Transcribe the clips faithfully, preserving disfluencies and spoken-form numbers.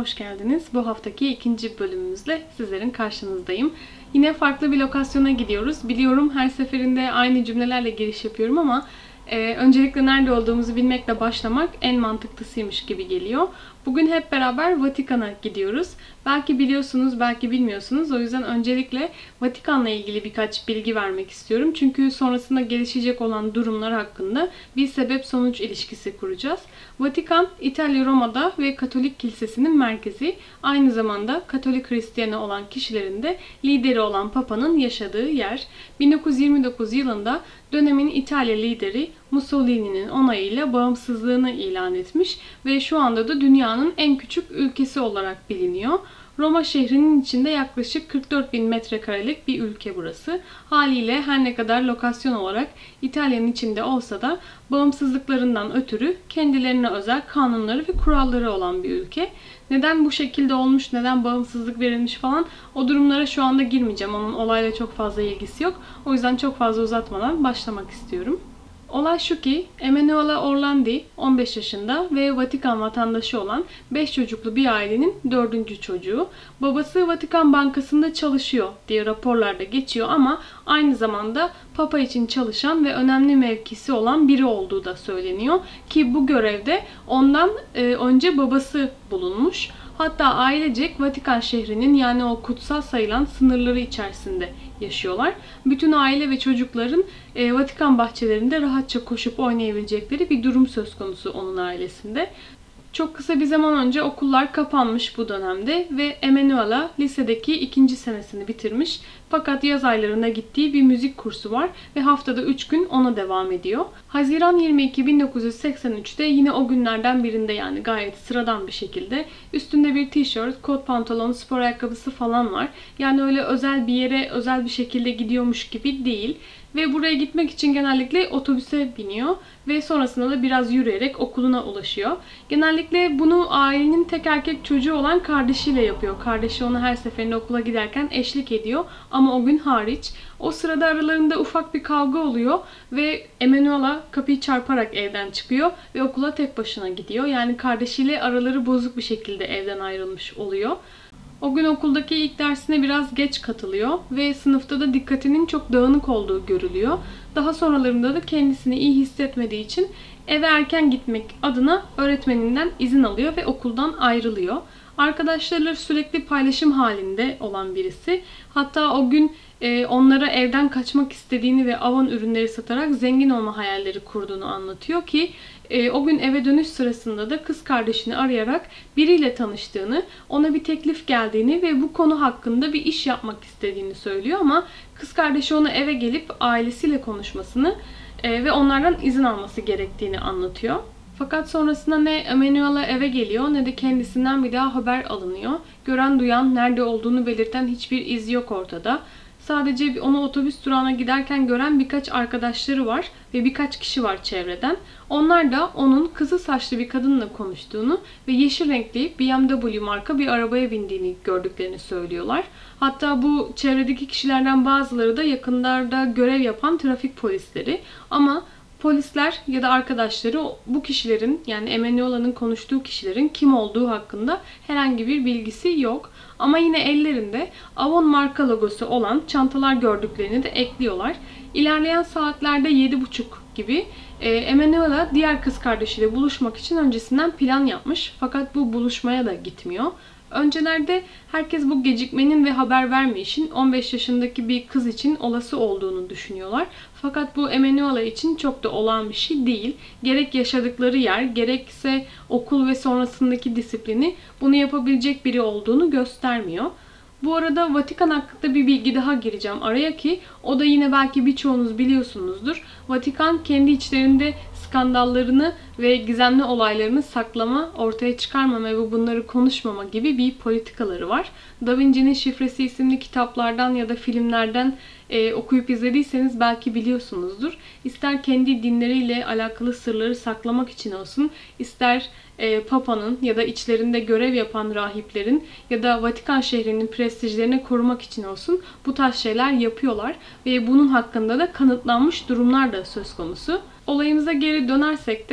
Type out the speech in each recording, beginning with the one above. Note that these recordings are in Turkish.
hoş geldiniz. Bu haftaki ikinci bölümümüzle sizlerin karşınızdayım. Yine farklı bir lokasyona gidiyoruz. Biliyorum her seferinde aynı cümlelerle giriş yapıyorum ama e, öncelikle nerede olduğumuzu bilmekle başlamak en mantıklısıymış gibi geliyor. Bugün hep beraber Vatikan'a gidiyoruz. Belki biliyorsunuz, belki bilmiyorsunuz. O yüzden öncelikle Vatikan'la ilgili birkaç bilgi vermek istiyorum. Çünkü sonrasında gelişecek olan durumlar hakkında bir sebep-sonuç ilişkisi kuracağız. Vatikan, İtalya Roma'da ve Katolik Kilisesi'nin merkezi. Aynı zamanda Katolik Hristiyanı olan kişilerin de lideri olan Papa'nın yaşadığı yer. bin dokuz yüz yirmi dokuz yılında dönemin İtalya lideri Mussolini'nin onayıyla bağımsızlığını ilan etmiş ve şu anda da dünyanın en küçük ülkesi olarak biliniyor. Roma şehrinin içinde yaklaşık kırk dört bin metrekarelik bir ülke burası. Haliyle her ne kadar lokasyon olarak İtalya'nın içinde olsa da bağımsızlıklarından ötürü kendilerine özel kanunları ve kuralları olan bir ülke. Neden bu şekilde olmuş, neden bağımsızlık verilmiş falan o durumlara şu anda girmeyeceğim. Onun olayla çok fazla ilgisi yok. O yüzden çok fazla uzatmadan başlamak istiyorum. Olay şu ki, Emanuela Orlandi on beş yaşında ve Vatikan vatandaşı olan beş çocuklu bir ailenin dördüncü çocuğu. Babası Vatikan Bankası'nda çalışıyor diye raporlarda geçiyor ama aynı zamanda Papa için çalışan ve önemli mevkisi olan biri olduğu da söyleniyor. Ki bu görevde ondan önce babası bulunmuş. Hatta ailecek Vatikan şehrinin yani o kutsal sayılan sınırları içerisinde yaşıyorlar. Bütün aile ve çocukların e, Vatikan bahçelerinde rahatça koşup oynayabilecekleri bir durum söz konusu onun ailesinde. Çok kısa bir zaman önce okullar kapanmış bu dönemde ve Emanuela lisedeki ikinci senesini bitirmiş. Fakat yaz aylarında gittiği bir müzik kursu var ve haftada üç gün ona devam ediyor. Haziran yirmi iki bin dokuz yüz seksen üçte yine o günlerden birinde yani gayet sıradan bir şekilde üstünde bir tişört, kot pantolon, spor ayakkabısı falan var. Yani öyle özel bir yere özel bir şekilde gidiyormuş gibi değil. Ve buraya gitmek için genellikle otobüse biniyor ve sonrasında da biraz yürüyerek okuluna ulaşıyor. Genellikle bunu ailenin tek erkek çocuğu olan kardeşiyle yapıyor. Kardeşi ona her seferinde okula giderken eşlik ediyor ama o gün hariç. O sırada aralarında ufak bir kavga oluyor ve Emanuela kapıyı çarparak evden çıkıyor ve okula tek başına gidiyor. Yani kardeşiyle araları bozuk bir şekilde evden ayrılmış oluyor. O gün okuldaki ilk dersine biraz geç katılıyor ve sınıfta da dikkatinin çok dağınık olduğu görülüyor. Daha sonralarında da kendisini iyi hissetmediği için eve erken gitmek adına öğretmeninden izin alıyor ve okuldan ayrılıyor. Arkadaşlarıyla sürekli paylaşım halinde olan birisi. Hatta o gün onlara evden kaçmak istediğini ve Avon ürünleri satarak zengin olma hayalleri kurduğunu anlatıyor ki o gün eve dönüş sırasında da kız kardeşini arayarak biriyle tanıştığını, ona bir teklif geldiğini ve bu konu hakkında bir iş yapmak istediğini söylüyor ama kız kardeşi ona eve gelip ailesiyle konuşmasını ve onlardan izin alması gerektiğini anlatıyor. Fakat sonrasında ne Emanuela eve geliyor ne de kendisinden bir daha haber alınıyor. Gören duyan, nerede olduğunu belirten hiçbir iz yok ortada. Sadece onu otobüs durağına giderken gören birkaç arkadaşları var ve birkaç kişi var çevreden. Onlar da onun kızıl saçlı bir kadınla konuştuğunu ve yeşil renkli B M W marka bir arabaya bindiğini gördüklerini söylüyorlar. Hatta bu çevredeki kişilerden bazıları da yakınlarda görev yapan trafik polisleri. Ama polisler ya da arkadaşları bu kişilerin yani Emanuela'nın konuştuğu kişilerin kim olduğu hakkında herhangi bir bilgisi yok. Ama yine ellerinde Avon marka logosu olan çantalar gördüklerini de ekliyorlar. İlerleyen saatlerde yedi buçuk gibi Emanuela diğer kız kardeşiyle buluşmak için öncesinden plan yapmış. Fakat bu buluşmaya da gitmiyor. Öncelerde herkes bu gecikmenin ve haber vermeyişin on beş yaşındaki bir kız için olası olduğunu düşünüyorlar. Fakat bu Emanuela için çok da olağan bir şey değil. Gerek yaşadıkları yer, gerekse okul ve sonrasındaki disiplini bunu yapabilecek biri olduğunu göstermiyor. Bu arada Vatikan hakkında bir bilgi daha gireceğim araya ki o da yine belki birçoğunuz biliyorsunuzdur. Vatikan kendi içlerinde skandallarını ve gizemli olaylarını saklama, ortaya çıkarmama ve bunları konuşmama gibi bir politikaları var. Da Vinci'nin Şifresi isimli kitaplardan ya da filmlerden e, okuyup izlediyseniz belki biliyorsunuzdur. İster kendi dinleriyle alakalı sırları saklamak için olsun, ister e, Papa'nın ya da içlerinde görev yapan rahiplerin ya da Vatikan şehrinin prestijlerini korumak için olsun bu tarz şeyler yapıyorlar ve bunun hakkında da kanıtlanmış durumlar da söz konusu. Olayımıza geri dönersek de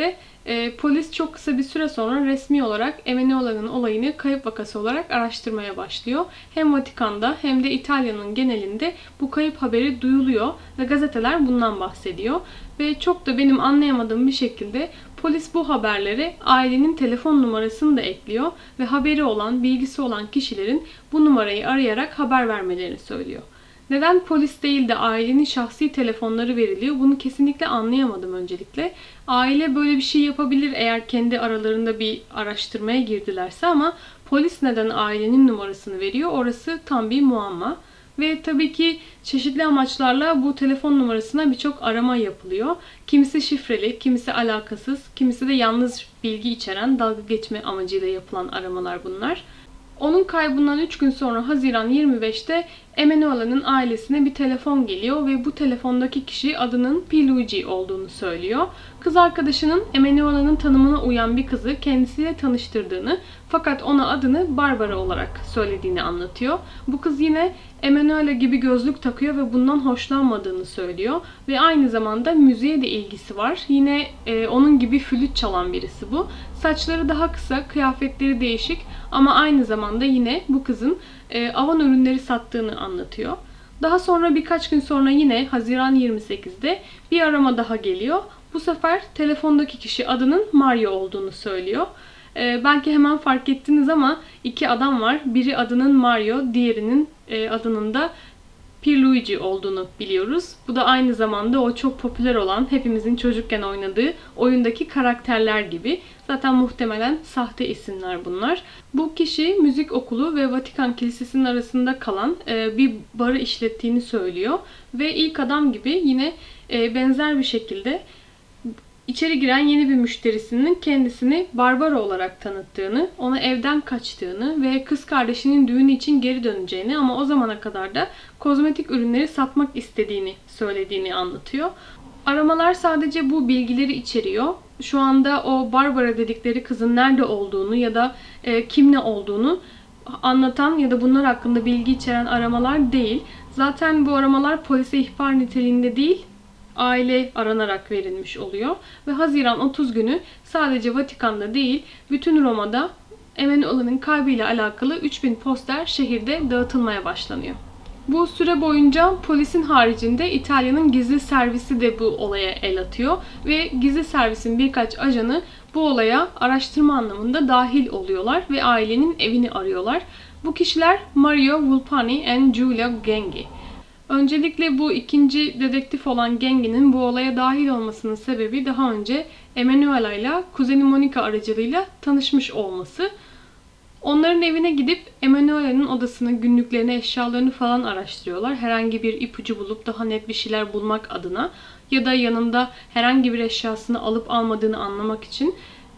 E, polis çok kısa bir süre sonra resmi olarak Emanuela'nın olayını kayıp vakası olarak araştırmaya başlıyor. Hem Vatikan'da hem de İtalya'nın genelinde bu kayıp haberi duyuluyor ve gazeteler bundan bahsediyor. Ve çok da benim anlayamadığım bir şekilde polis bu haberlere ailenin telefon numarasını da ekliyor ve haberi olan, bilgisi olan kişilerin bu numarayı arayarak haber vermelerini söylüyor. Neden polis değil de ailenin şahsi telefonları veriliyor? Bunu kesinlikle anlayamadım öncelikle. Aile böyle bir şey yapabilir eğer kendi aralarında bir araştırmaya girdilerse, ama polis neden ailenin numarasını veriyor? Orası tam bir muamma. Ve tabii ki çeşitli amaçlarla bu telefon numarasına birçok arama yapılıyor. Kimisi şifreli, kimisi alakasız, kimisi de yalnız bilgi içeren, dalga geçme amacıyla yapılan aramalar bunlar. Onun kaybından üç gün sonra Haziran yirmi beşte Emanuela'nın ailesine bir telefon geliyor ve bu telefondaki kişi adının Pierluigi olduğunu söylüyor. Kız arkadaşının Emanuela'nın tanımına uyan bir kızı kendisiyle tanıştırdığını, fakat ona adını Barbara olarak söylediğini anlatıyor. Bu kız yine Emanuela gibi gözlük takıyor ve bundan hoşlanmadığını söylüyor. Ve aynı zamanda müziğe de ilgisi var. Yine e, onun gibi flüt çalan birisi bu. Saçları daha kısa, kıyafetleri değişik ama aynı zamanda yine bu kızın e, Avon ürünleri sattığını anlatıyor. Daha sonra birkaç gün sonra yine Haziran yirmi sekizde bir arama daha geliyor. Bu sefer telefondaki kişi adının Mario olduğunu söylüyor. Ee, belki hemen fark ettiniz ama iki adam var. Biri adının Mario, diğerinin e, adının da Pierluigi olduğunu biliyoruz. Bu da aynı zamanda o çok popüler olan, hepimizin çocukken oynadığı oyundaki karakterler gibi. Zaten muhtemelen sahte isimler bunlar. Bu kişi müzik okulu ve Vatikan Kilisesi'nin arasında kalan e, bir barı işlettiğini söylüyor. Ve ilk adam gibi yine e, benzer bir şekilde İçeri giren yeni bir müşterisinin kendisini Barbara olarak tanıttığını, ona evden kaçtığını ve kız kardeşinin düğünü için geri döneceğini ama o zamana kadar da kozmetik ürünleri satmak istediğini söylediğini anlatıyor. Aramalar sadece bu bilgileri içeriyor. Şu anda o Barbara dedikleri kızın nerede olduğunu ya da e, kimle olduğunu anlatan ya da bunlar hakkında bilgi içeren aramalar değil. Zaten bu aramalar polise ihbar niteliğinde değil, aile aranarak verilmiş oluyor. Ve Haziran otuz günü sadece Vatikan'da değil, bütün Roma'da Emanuela'nın kaybıyla alakalı üç bin poster şehirde dağıtılmaya başlanıyor. Bu süre boyunca polisin haricinde İtalya'nın gizli servisi de bu olaya el atıyor ve gizli servisin birkaç ajanı bu olaya araştırma anlamında dahil oluyorlar ve ailenin evini arıyorlar. Bu kişiler Mario Vulpani and Giulia Gengi. Öncelikle bu ikinci dedektif olan Gengi'nin bu olaya dahil olmasının sebebi daha önce Emanuela ile kuzeni Monica aracılığıyla tanışmış olması. Onların evine gidip Emanuela'nın odasını, günlüklerini, eşyalarını falan araştırıyorlar. Herhangi bir ipucu bulup daha net bir şeyler bulmak adına ya da yanında herhangi bir eşyasını alıp almadığını anlamak için.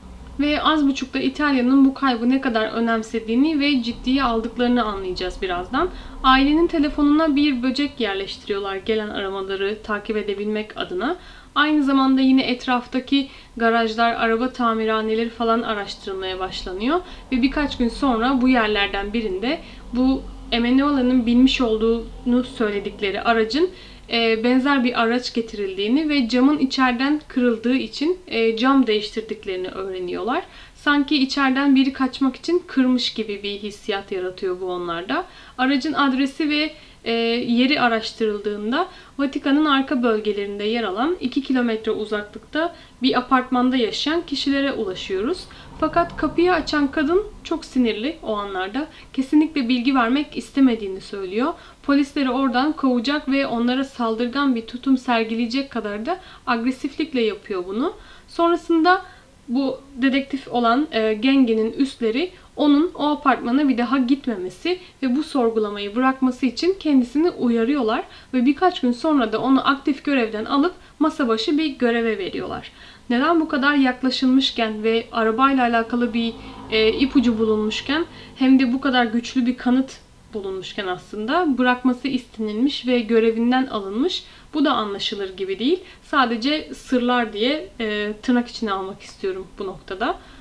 Ve az buçuk da İtalya'nın bu kaybı ne kadar önemsediğini ve ciddiye aldıklarını anlayacağız birazdan. Ailenin telefonuna bir böcek yerleştiriyorlar gelen aramaları takip edebilmek adına. Aynı zamanda yine etraftaki garajlar, araba tamirhaneleri falan araştırılmaya başlanıyor. Ve birkaç gün sonra bu yerlerden birinde bu Emanuela'nın binmiş olduğunu söyledikleri aracın benzer bir araç getirildiğini ve camın içeriden kırıldığı için cam değiştirdiklerini öğreniyorlar. Sanki içeriden biri kaçmak için kırmış gibi bir hissiyat yaratıyor bu onlarda. Aracın adresi ve yeri araştırıldığında Vatikan'ın arka bölgelerinde yer alan iki kilometre uzaklıkta bir apartmanda yaşayan kişilere ulaşıyoruz. Fakat kapıyı açan kadın çok sinirli o anlarda. Kesinlikle bilgi vermek istemediğini söylüyor. Polisleri oradan kovacak ve onlara saldırgan bir tutum sergileyecek kadar da agresiflikle yapıyor bunu. Sonrasında bu dedektif olan e, Gengi'nin üstleri onun o apartmana bir daha gitmemesi ve bu sorgulamayı bırakması için kendisini uyarıyorlar ve birkaç gün sonra da onu aktif görevden alıp masa başı bir göreve veriyorlar. Neden bu kadar yaklaşılmışken ve arabayla alakalı bir e, ipucu bulunmuşken hem de bu kadar güçlü bir kanıt bulunmuşken aslında bırakması istenilmiş ve görevinden alınmış, bu da anlaşılır gibi değil. Sadece sırlar diye e, tırnak içine almak istiyorum bu noktada.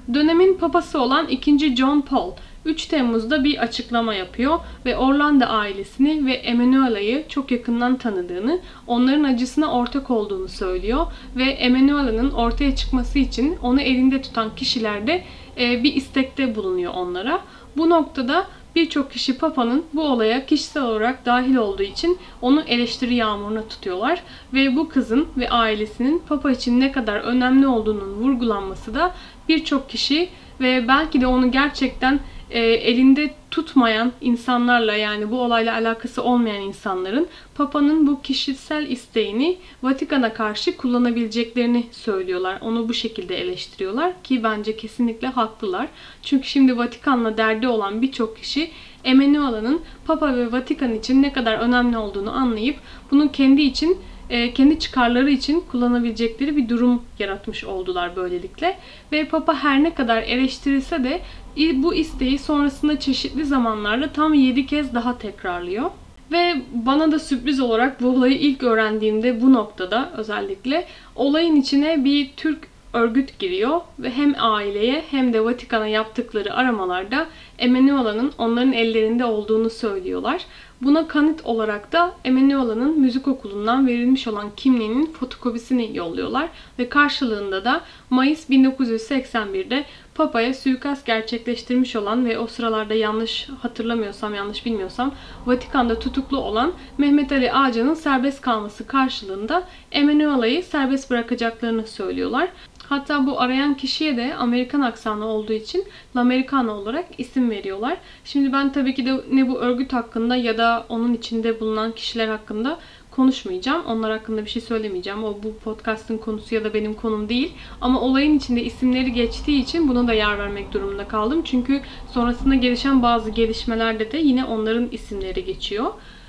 Dönemin papası olan ikinci. John Paul üç Temmuz'da bir açıklama yapıyor ve Orlando ailesini ve Emanuela'yı çok yakından tanıdığını, onların acısına ortak olduğunu söylüyor ve Emanuela'nın ortaya çıkması için onu elinde tutan kişiler de bir istekte bulunuyor onlara. Bu noktada birçok kişi Papa'nın bu olaya kişisel olarak dahil olduğu için onu eleştiri yağmuruna tutuyorlar ve bu kızın ve ailesinin Papa için ne kadar önemli olduğunun vurgulanması da birçok kişi ve belki de onu gerçekten e, elinde tutmayan insanlarla, yani bu olayla alakası olmayan insanların Papa'nın bu kişisel isteğini Vatikan'a karşı kullanabileceklerini söylüyorlar. Onu bu şekilde eleştiriyorlar ki bence kesinlikle haklılar. Çünkü şimdi Vatikan'la derdi olan birçok kişi Emanuela'nın Papa ve Vatikan için ne kadar önemli olduğunu anlayıp bunu kendi için kendi çıkarları için kullanabilecekleri bir durum yaratmış oldular böylelikle. Ve Papa her ne kadar eleştirilse de bu isteği sonrasında çeşitli zamanlarda tam yedi kez daha tekrarlıyor. Ve bana da sürpriz olarak bu olayı ilk öğrendiğimde bu noktada özellikle olayın içine bir Türk örgüt giriyor ve hem aileye hem de Vatikan'a yaptıkları aramalarda Emanuela'nın onların ellerinde olduğunu söylüyorlar. Buna kanıt olarak da Emanuela'nın müzik okulundan verilmiş olan kimliğinin fotokopisini yolluyorlar ve karşılığında da Mayıs bin dokuz yüz seksen bir'de Papa'ya suikast gerçekleştirmiş olan ve o sıralarda yanlış hatırlamıyorsam, yanlış bilmiyorsam Vatikan'da tutuklu olan Mehmet Ali Ağcan'ın serbest kalması karşılığında Emanuela'yı serbest bırakacaklarını söylüyorlar. Hatta bu arayan kişiye de Amerikan aksanı olduğu için L'Americano olarak isim veriyorlar. Şimdi ben tabii ki de ne bu örgüt hakkında ya da onun içinde bulunan kişiler hakkında konuşmayacağım. Onlar hakkında bir şey söylemeyeceğim. O bu podcast'ın konusu ya da benim konum değil. Ama olayın içinde isimleri geçtiği için buna da yer vermek durumunda kaldım. Çünkü sonrasında gelişen bazı gelişmelerde de yine onların isimleri geçiyor.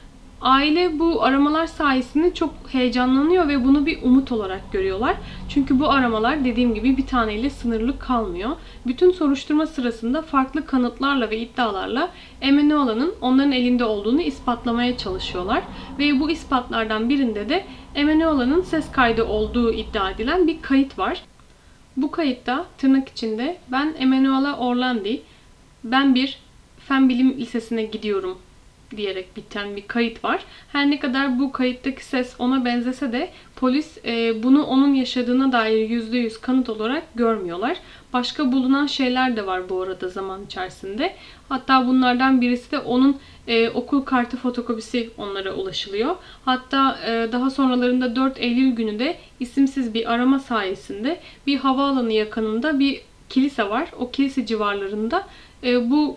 Aile bu aramalar sayesinde çok heyecanlanıyor ve bunu bir umut olarak görüyorlar. Çünkü bu aramalar dediğim gibi bir taneyle sınırlı kalmıyor. Bütün soruşturma sırasında farklı kanıtlarla ve iddialarla Emanuela'nın onların elinde olduğunu ispatlamaya çalışıyorlar. Ve bu ispatlardan birinde de Emanuela'nın ses kaydı olduğu iddia edilen bir kayıt var. Bu kayıtta tırnak içinde "Ben Emanuela Orlandi, ben bir fen bilim lisesine gidiyorum" diyerek biten bir kayıt var. Her ne kadar bu kayıttaki ses ona benzese de polis e, bunu onun yaşadığına dair yüzde yüz kanıt olarak görmüyorlar. Başka bulunan şeyler de var bu arada zaman içerisinde. Hatta bunlardan birisi de onun e, okul kartı fotokopisi onlara ulaşılıyor. Hatta e, daha sonralarında dört Eylül günü de isimsiz bir arama sayesinde bir havaalanı yakınında bir kilise var. O kilise civarlarında e, bu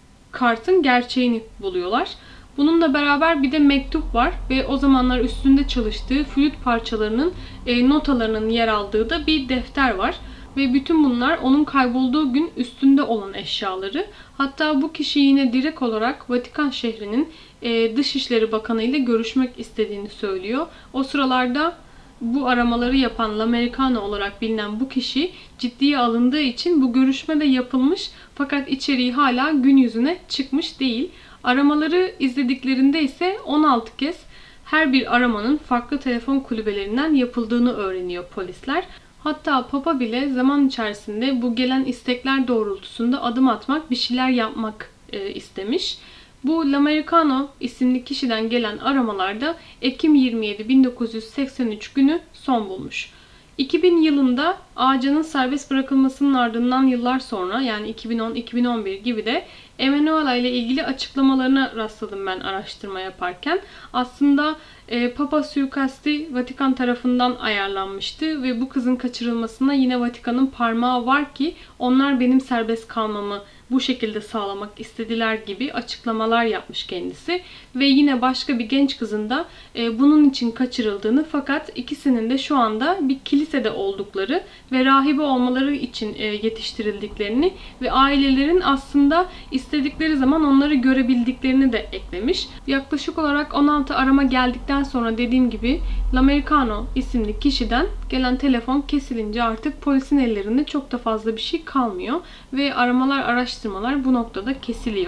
kartın gerçeğini buluyorlar. Bununla beraber bir de mektup var ve o zamanlar üstünde çalıştığı flüt parçalarının e, notalarının yer aldığı da bir defter var. Ve bütün bunlar onun kaybolduğu gün üstünde olan eşyaları. Hatta bu kişi yine direkt olarak Vatikan şehrinin e, Dışişleri Bakanı ile görüşmek istediğini söylüyor. O sıralarda bu aramaları yapan L'Americano olarak bilinen bu kişi ciddiye alındığı için bu görüşme de yapılmış fakat içeriği hala gün yüzüne çıkmış değil. Aramaları izlediklerinde ise on altı kez her bir aramanın farklı telefon kulübelerinden yapıldığını öğreniyor polisler. Hatta Papa bile zaman içerisinde bu gelen istekler doğrultusunda adım atmak, bir şeyler yapmak e, istemiş. Bu L'Americano isimli kişiden gelen aramalarda Ekim yirmi yedi bin dokuz yüz seksen üç günü son bulmuş. iki bin yılında Ağcan'ın serbest bırakılmasının ardından yıllar sonra, yani iki bin on iki bin on bir gibi de Emanuela ile ilgili açıklamalarına rastladım ben araştırma yaparken. Aslında e, Papa suikasti Vatikan tarafından ayarlanmıştı ve bu kızın kaçırılmasına yine Vatikan'ın parmağı var ki onlar benim serbest kalmamı bu şekilde sağlamak istediler gibi açıklamalar yapmış kendisi. Ve yine başka bir genç kızın da e, bunun için kaçırıldığını fakat ikisinin de şu anda bir kilisede oldukları ve rahibe olmaları için e, yetiştirildiklerini ve ailelerin aslında istedikleri zaman onları görebildiklerini de eklemiş. Yaklaşık olarak on altı arama geldikten sonra dediğim gibi L'Americano isimli kişiden gelen telefon kesilince artık polisin ellerinde çok da fazla bir şey kalmıyor ve aramalar, araştırmalar bu noktada kesiliyor.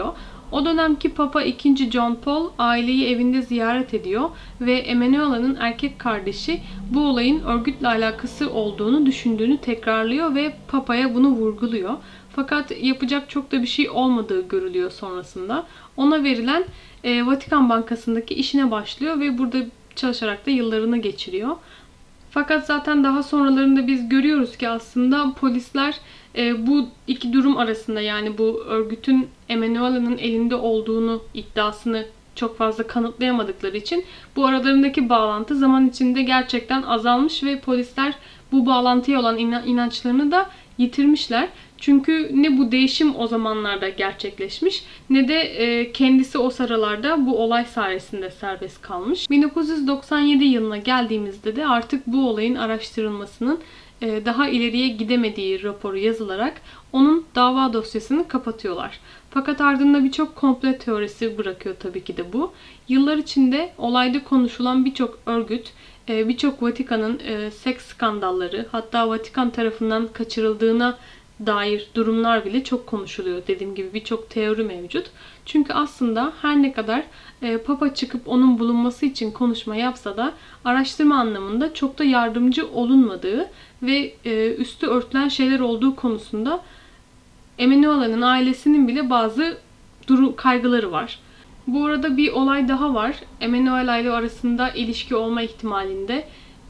O dönemki Papa ikinci. John Paul aileyi evinde ziyaret ediyor ve Emanuela'nın erkek kardeşi bu olayın örgütle alakası olduğunu düşündüğünü tekrarlıyor ve Papa'ya bunu vurguluyor. Fakat yapacak çok da bir şey olmadığı görülüyor sonrasında. Ona verilen e, Vatikan Bankası'ndaki işine başlıyor ve burada çalışarak da yıllarını geçiriyor. Fakat zaten daha sonralarında biz görüyoruz ki aslında polisler e, bu iki durum arasında, yani bu örgütün Emanuela'nın elinde olduğunu iddiasını çok fazla kanıtlayamadıkları için bu aralarındaki bağlantı zaman içinde gerçekten azalmış ve polisler bu bağlantıya olan inançlarını da yitirmişler. Çünkü ne bu değişim o zamanlarda gerçekleşmiş ne de e, kendisi o sıralarda bu olay sayesinde serbest kalmış. bin dokuz yüz doksan yedi yılına geldiğimizde de artık bu olayın araştırılmasının e, daha ileriye gidemediği raporu yazılarak onun dava dosyasını kapatıyorlar. Fakat ardında birçok komplo teorisi bırakıyor tabii ki de bu. Yıllar içinde olayda konuşulan birçok örgüt, birçok Vatikan'ın seks skandalları, hatta Vatikan tarafından kaçırıldığına dair durumlar bile çok konuşuluyor. Dediğim gibi birçok teori mevcut. Çünkü aslında her ne kadar Papa çıkıp onun bulunması için konuşma yapsa da araştırma anlamında çok da yardımcı olunmadığı ve üstü örtülen şeyler olduğu konusunda Emanuela'nın ailesinin bile bazı durum kaygıları var. Bu arada bir olay daha var. Emanuela ile arasında ilişki olma ihtimalinde,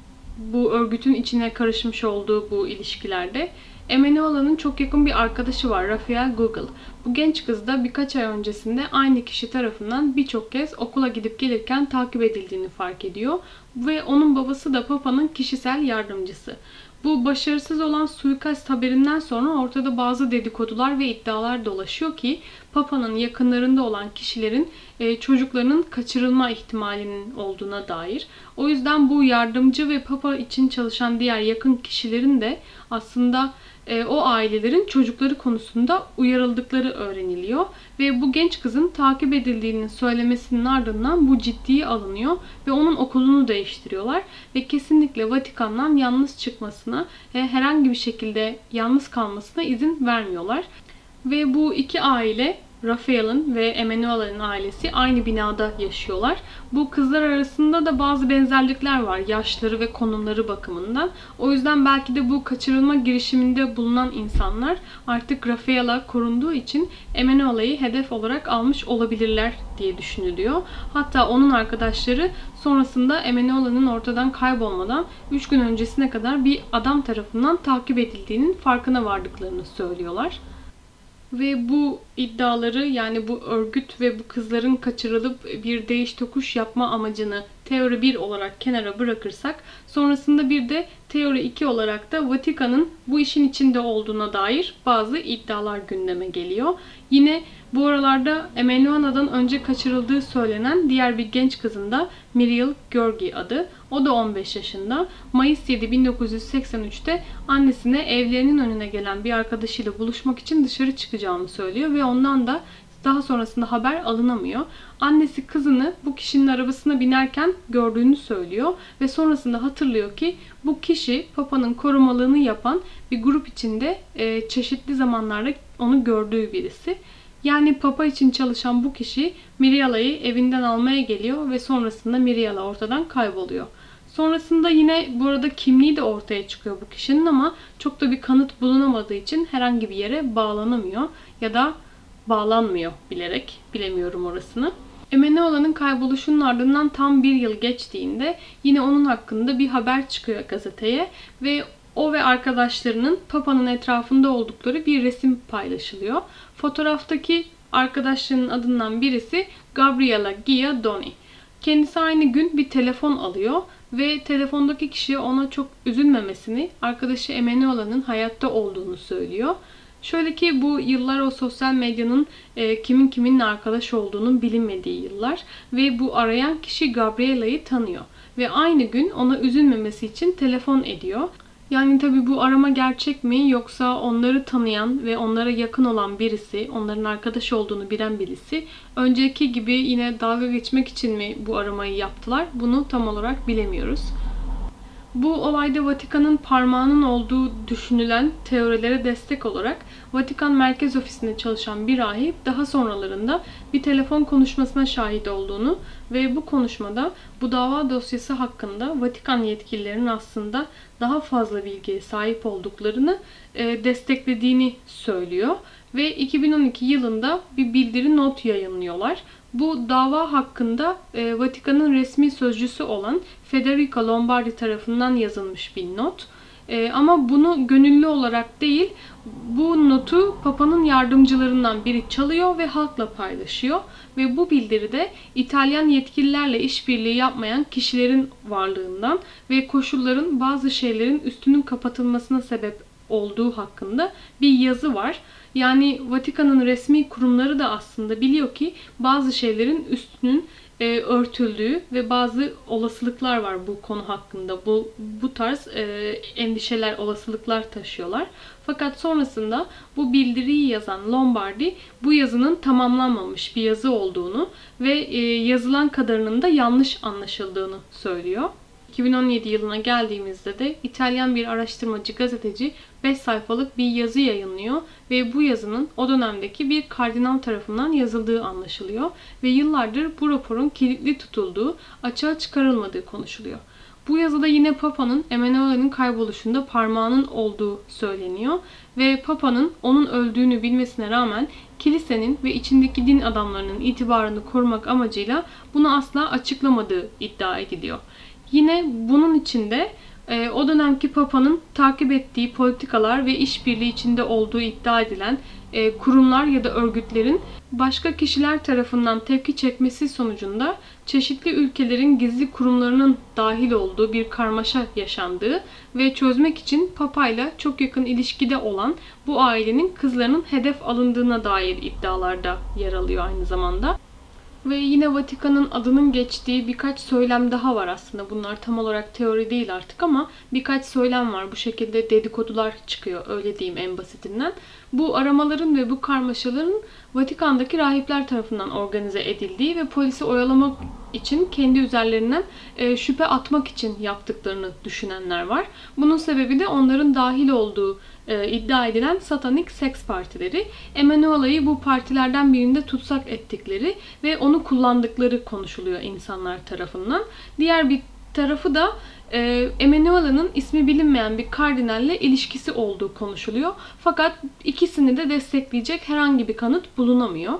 bu örgütün içine karışmış olduğu bu ilişkilerde. Emanuela'nın çok yakın bir arkadaşı var, Raphael Google. Bu genç kız da birkaç ay öncesinde aynı kişi tarafından birçok kez okula gidip gelirken takip edildiğini fark ediyor. Ve onun babası da Papa'nın kişisel yardımcısı. Bu başarısız olan suikast haberinden sonra ortada bazı dedikodular ve iddialar dolaşıyor ki Papa'nın yakınlarında olan kişilerin çocuklarının kaçırılma ihtimalinin olduğuna dair. O yüzden bu yardımcı ve Papa için çalışan diğer yakın kişilerin de aslında o ailelerin çocukları konusunda uyarıldıkları öğreniliyor. Ve bu genç kızın takip edildiğinin söylemesinin ardından bu ciddiye alınıyor ve onun okulunu değiştiriyorlar. Ve kesinlikle Vatikan'dan yalnız çıkmasına, herhangi bir şekilde yalnız kalmasına izin vermiyorlar. Ve bu iki aile, Raphael'in ve Emanuela'nın ailesi aynı binada yaşıyorlar. Bu kızlar arasında da bazı benzerlikler var yaşları ve konumları bakımından. O yüzden belki de bu kaçırılma girişiminde bulunan insanlar artık Raphael'a korunduğu için Emanuela'yı hedef olarak almış olabilirler diye düşünülüyor. Hatta onun arkadaşları sonrasında Emanuela'nın ortadan kaybolmadan üç gün öncesine kadar bir adam tarafından takip edildiğinin farkına vardıklarını söylüyorlar. Ve bu iddiaları, yani bu örgüt ve bu kızların kaçırılıp bir değiş tokuş yapma amacını teori bir olarak kenara bırakırsak, sonrasında bir de teori iki olarak da Vatikan'ın bu işin içinde olduğuna dair bazı iddialar gündeme geliyor. Yine bu aralarda Emanuela'dan önce kaçırıldığı söylenen diğer bir genç kızın da Miriel Georgi adı. O da on beş yaşında. Mayıs yedi bin dokuz yüz seksen üçte annesine evlerinin önüne gelen bir arkadaşıyla buluşmak için dışarı çıkacağını söylüyor ve ondan da daha sonrasında haber alınamıyor. Annesi kızını bu kişinin arabasına binerken gördüğünü söylüyor ve sonrasında hatırlıyor ki bu kişi Papa'nın korumalığını yapan bir grup içinde e, çeşitli zamanlarda onu gördüğü birisi. Yani Papa için çalışan bu kişi Miriela'yı evinden almaya geliyor ve sonrasında Miriela ortadan kayboluyor. Sonrasında yine burada kimliği de ortaya çıkıyor bu kişinin ama çok da bir kanıt bulunamadığı için herhangi bir yere bağlanamıyor ya da bağlanmıyor bilerek, bilemiyorum orasını. Emanuela'nın kayboluşunun ardından tam bir yıl geçtiğinde yine onun hakkında bir haber çıkıyor gazeteye ve o ve arkadaşlarının Papa'nın etrafında oldukları bir resim paylaşılıyor. Fotoğraftaki arkadaşlarının adından birisi Gabriella Gia Doni. Kendisi aynı gün bir telefon alıyor ve telefondaki kişi ona çok üzülmemesini, arkadaşı Emanuela'nın hayatta olduğunu söylüyor. Şöyle ki bu yıllar o sosyal medyanın e, kimin kiminle arkadaş olduğunun bilinmediği yıllar ve bu arayan kişi Gabriella'yı tanıyor ve aynı gün ona üzülmemesi için telefon ediyor. Yani tabii bu arama gerçek mi yoksa onları tanıyan ve onlara yakın olan birisi, onların arkadaş olduğunu bilen birisi önceki gibi yine dalga geçmek için mi bu aramayı yaptılar? Bunu tam olarak bilemiyoruz. Bu olayda Vatikan'ın parmağının olduğu düşünülen teorilere destek olarak Vatikan Merkez Ofisi'nde çalışan bir rahip daha sonralarında bir telefon konuşmasına şahit olduğunu ve bu konuşmada bu dava dosyası hakkında Vatikan yetkililerinin aslında daha fazla bilgiye sahip olduklarını e, desteklediğini söylüyor. Ve iki bin on iki yılında bir bildiri not yayınlıyorlar. Bu dava hakkında e, Vatikan'ın resmi sözcüsü olan Federico Lombardi tarafından yazılmış bir not. E, ama bunu gönüllü olarak değil, bu notu Papa'nın yardımcılarından biri çalıyor ve halkla paylaşıyor. Ve bu bildiride İtalyan yetkililerle işbirliği yapmayan kişilerin varlığından ve koşulların bazı şeylerin üstünün kapatılmasına sebep olduğu hakkında bir yazı var. Yani Vatikan'ın resmi kurumları da aslında biliyor ki bazı şeylerin üstünün e, örtüldüğü ve bazı olasılıklar var bu konu hakkında. Bu bu tarz e, endişeler, olasılıklar taşıyorlar. Fakat sonrasında bu bildiriyi yazan Lombardi bu yazının tamamlanmamış bir yazı olduğunu ve e, yazılan kadarının da yanlış anlaşıldığını söylüyor. iki bin on yedi yılına geldiğimizde de İtalyan bir araştırmacı gazeteci beş sayfalık bir yazı yayınlıyor ve bu yazının o dönemdeki bir kardinal tarafından yazıldığı anlaşılıyor ve yıllardır bu raporun kilitli tutulduğu, açığa çıkarılmadığı konuşuluyor. Bu yazıda yine Papa'nın Emanuele'nin kayboluşunda parmağının olduğu söyleniyor ve Papa'nın onun öldüğünü bilmesine rağmen kilisenin ve içindeki din adamlarının itibarını korumak amacıyla bunu asla açıklamadığı iddia ediliyor. Yine bunun içinde e, o dönemki Papa'nın takip ettiği politikalar ve işbirliği içinde olduğu iddia edilen e, kurumlar ya da örgütlerin başka kişiler tarafından tepki çekmesi sonucunda çeşitli ülkelerin gizli kurumlarının dahil olduğu bir karmaşa yaşandığı ve çözmek için Papa'yla çok yakın ilişkide olan bu ailenin kızlarının hedef alındığına dair iddialarda yer alıyor aynı zamanda. Ve yine Vatikan'ın adının geçtiği birkaç söylem daha var aslında. Bunlar tam olarak teori değil artık ama birkaç söylem var. Bu şekilde dedikodular çıkıyor, öyle diyeyim en basitinden. Bu aramaların ve bu karmaşaların Vatikan'daki rahipler tarafından organize edildiği ve polisi oyalamak için kendi üzerlerinden e, şüphe atmak için yaptıklarını düşünenler var. Bunun sebebi de onların dahil olduğu e, iddia edilen satanik seks partileri. Emanuele'yi bu partilerden birinde tutsak ettikleri ve onu kullandıkları konuşuluyor insanlar tarafından. Diğer bir tarafı da e, Emanuele'nin ismi bilinmeyen bir kardinalle ilişkisi olduğu konuşuluyor. Fakat ikisini de destekleyecek herhangi bir kanıt bulunamıyor.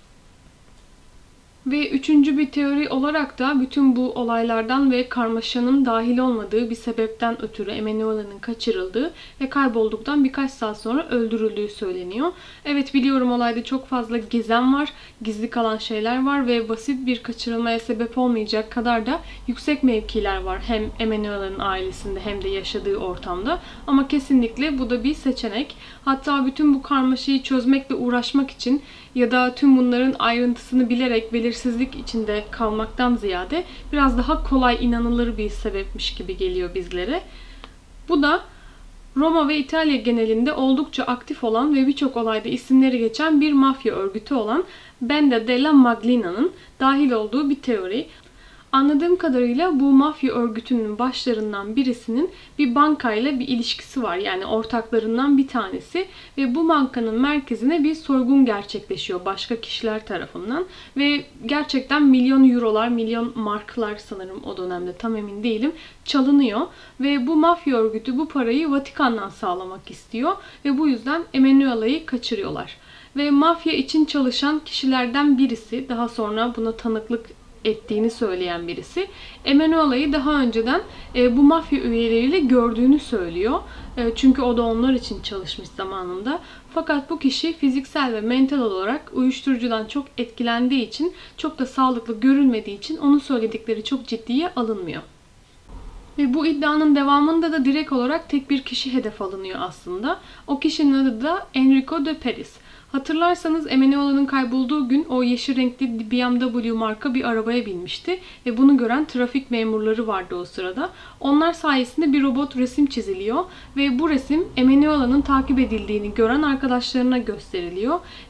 Ve üçüncü bir teori olarak da bütün bu olaylardan ve karmaşanın dahil olmadığı bir sebepten ötürü Emanuele'nin kaçırıldığı ve kaybolduktan birkaç saat sonra öldürüldüğü söyleniyor. Evet, biliyorum, olayda çok fazla gizem var, gizli kalan şeyler var ve basit bir kaçırılmaya sebep olmayacak kadar da yüksek mevkiler var hem Emanuele'nin ailesinde hem de yaşadığı ortamda. Ama kesinlikle bu da bir seçenek. Hatta bütün bu karmaşayı çözmekle uğraşmak için ya da tüm bunların ayrıntısını bilerek belirsizlik içinde kalmaktan ziyade biraz daha kolay, inanılır bir sebepmiş gibi geliyor bizlere. Bu da Roma ve İtalya genelinde oldukça aktif olan ve birçok olayda isimleri geçen bir mafya örgütü olan Banda della Maglina'nın dahil olduğu bir teori. Anladığım kadarıyla bu mafya örgütünün başlarından birisinin bir bankayla bir ilişkisi var. Yani ortaklarından bir tanesi ve bu bankanın merkezine bir soygun gerçekleşiyor başka kişiler tarafından ve gerçekten milyon eurolar, milyon marklar sanırım o dönemde, tam emin değilim, çalınıyor ve bu mafya örgütü bu parayı Vatikan'dan sağlamak istiyor ve bu yüzden Emanuele'yi kaçırıyorlar. Ve mafya için çalışan kişilerden birisi, daha sonra buna tanıklık ettiğini söyleyen birisi, Emanuele'yi daha önceden e, bu mafya üyeleriyle gördüğünü söylüyor. E, çünkü o da onlar için çalışmış zamanında. Fakat bu kişi fiziksel ve mental olarak uyuşturucudan çok etkilendiği için, çok da sağlıklı görülmediği için onun söyledikleri çok ciddiye alınmıyor. Ve bu iddianın devamında da direkt olarak tek bir kişi hedef alınıyor aslında. O kişinin adı da Enrico de Paris. Hatırlarsanız Emanuele'nin kaybolduğu gün o yeşil renkli B M W marka bir arabaya binmişti ve bunu gören trafik memurları vardı o sırada. Onlar sayesinde bir robot resim çiziliyor ve bu resim Emanuele'nin takip edildiğini gören arkadaşlarına gösteriliyor. Hem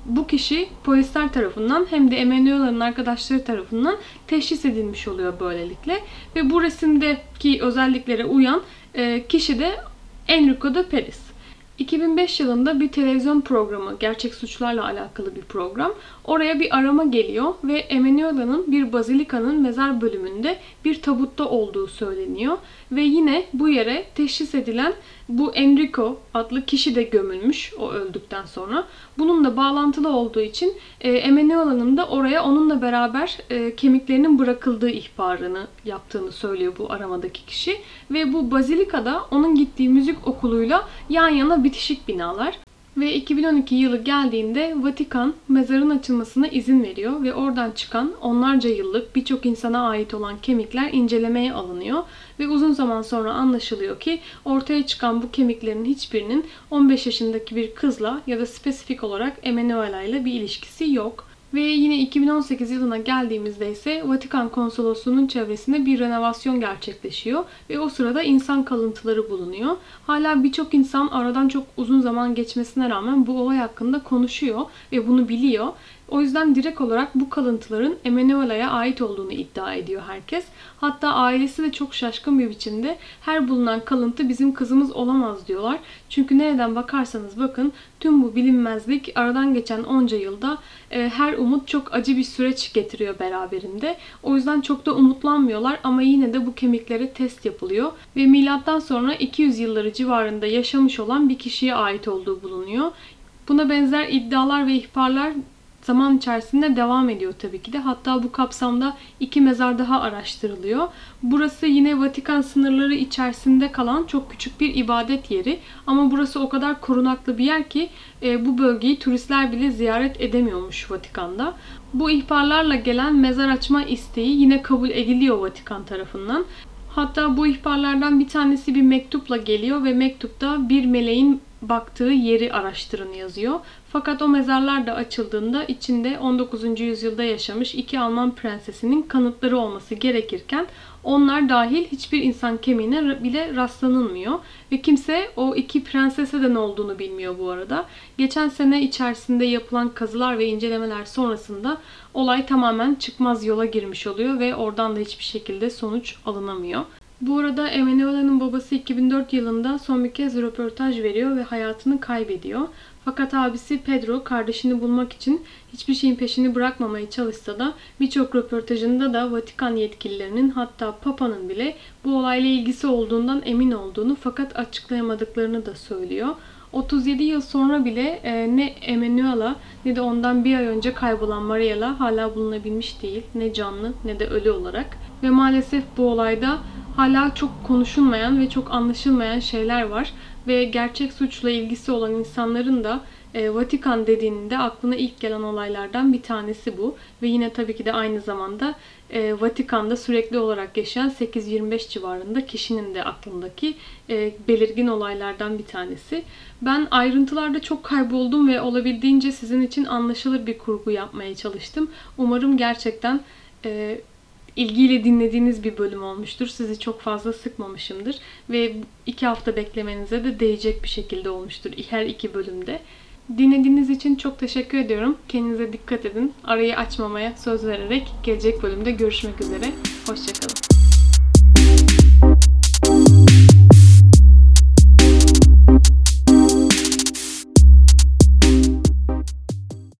bu kişi polisler tarafından hem de Emanuela'nın arkadaşları tarafından teşhis edilmiş oluyor böylelikle. Ve bu resimdeki özelliklere uyan e, kişi de Enrico de Peris. iki bin beş yılında bir televizyon programı, gerçek suçlarla alakalı bir program. Oraya bir arama geliyor ve Emanuela'nın bir bazilikanın mezar bölümünde bir tabutta olduğu söyleniyor. Ve yine bu yere teşhis edilen bu Enrico adlı kişi de gömülmüş o öldükten sonra. Bununla bağlantılı olduğu için e, Emanuela'nın da oraya onunla beraber e, kemiklerinin bırakıldığı ihbarını yaptığını söylüyor bu aramadaki kişi. Ve bu bazilikada onun gittiği müzik okuluyla yan yana bitişik binalar. Ve iki bin on iki yılı geldiğinde Vatikan mezarın açılmasına izin veriyor ve oradan çıkan onlarca yıllık birçok insana ait olan kemikler incelemeye alınıyor. Ve uzun zaman sonra anlaşılıyor ki ortaya çıkan bu kemiklerin hiçbirinin on beş yaşındaki bir kızla ya da spesifik olarak Emanuela ile bir ilişkisi yok. Ve yine iki bin on sekiz yılına geldiğimizde ise Vatikan Konsolosluğu'nun çevresinde bir renovasyon gerçekleşiyor ve o sırada insan kalıntıları bulunuyor. Hala birçok insan aradan çok uzun zaman geçmesine rağmen bu olay hakkında konuşuyor ve bunu biliyor. O yüzden direkt olarak bu kalıntıların Emanuela'ya ait olduğunu iddia ediyor herkes. Hatta ailesi de çok şaşkın bir biçimde her bulunan kalıntı bizim kızımız olamaz diyorlar. Çünkü nereden bakarsanız bakın tüm bu bilinmezlik aradan geçen onca yılda e, her umut çok acı bir süreç getiriyor beraberinde. O yüzden çok da umutlanmıyorlar ama yine de bu kemiklere test yapılıyor. Ve milattan sonra iki yüz yılları civarında yaşamış olan bir kişiye ait olduğu bulunuyor. Buna benzer iddialar ve ihbarlar zaman içerisinde devam ediyor tabii ki de. Hatta bu kapsamda iki mezar daha araştırılıyor. Burası yine Vatikan sınırları içerisinde kalan çok küçük bir ibadet yeri. Ama burası o kadar korunaklı bir yer ki e, bu bölgeyi turistler bile ziyaret edemiyormuş Vatikan'da. Bu ihbarlarla gelen mezar açma isteği yine kabul ediliyor Vatikan tarafından. Hatta bu ihbarlardan bir tanesi bir mektupla geliyor ve mektupta bir meleğin baktığı yeri araştırın yazıyor. Fakat o mezarlar da açıldığında içinde on dokuzuncu yüzyılda yaşamış iki Alman prensesinin kanıtları olması gerekirken onlar dahil hiçbir insan kemiğine bile rastlanılmıyor. Ve kimse o iki prensese de ne olduğunu bilmiyor bu arada. Geçen sene içerisinde yapılan kazılar ve incelemeler sonrasında olay tamamen çıkmaz yola girmiş oluyor ve oradan da hiçbir şekilde sonuç alınamıyor. Bu arada Emanuela'nın babası iki bin dört yılında son bir kez röportaj veriyor ve hayatını kaybediyor. Fakat abisi Pedro kardeşini bulmak için hiçbir şeyin peşini bırakmamaya çalışsa da birçok röportajında da Vatikan yetkililerinin hatta Papa'nın bile bu olayla ilgisi olduğundan emin olduğunu fakat açıklayamadıklarını da söylüyor. otuz yedi yıl sonra bile e, ne Emanuela ne de ondan bir ay önce kaybolan Mariela hala bulunabilmiş değil. Ne canlı ne de ölü olarak. Ve maalesef bu olayda hala çok konuşulmayan ve çok anlaşılmayan şeyler var. Ve gerçek suçla ilgisi olan insanların da e, Vatikan dediğinde aklına ilk gelen olaylardan bir tanesi bu. Ve yine tabii ki de aynı zamanda e, Vatikan'da sürekli olarak yaşayan sekiz yirmi beş civarında kişinin de aklındaki e, belirgin olaylardan bir tanesi. Ben ayrıntılarda çok kayboldum ve olabildiğince sizin için anlaşılır bir kurgu yapmaya çalıştım. Umarım gerçekten e, ilgiyle dinlediğiniz bir bölüm olmuştur. Sizi çok fazla sıkmamışımdır. Ve iki hafta beklemenize de değecek bir şekilde olmuştur her iki bölümde. Dinlediğiniz için çok teşekkür ediyorum. Kendinize dikkat edin. Arayı açmamaya söz vererek gelecek bölümde görüşmek üzere. Hoşçakalın.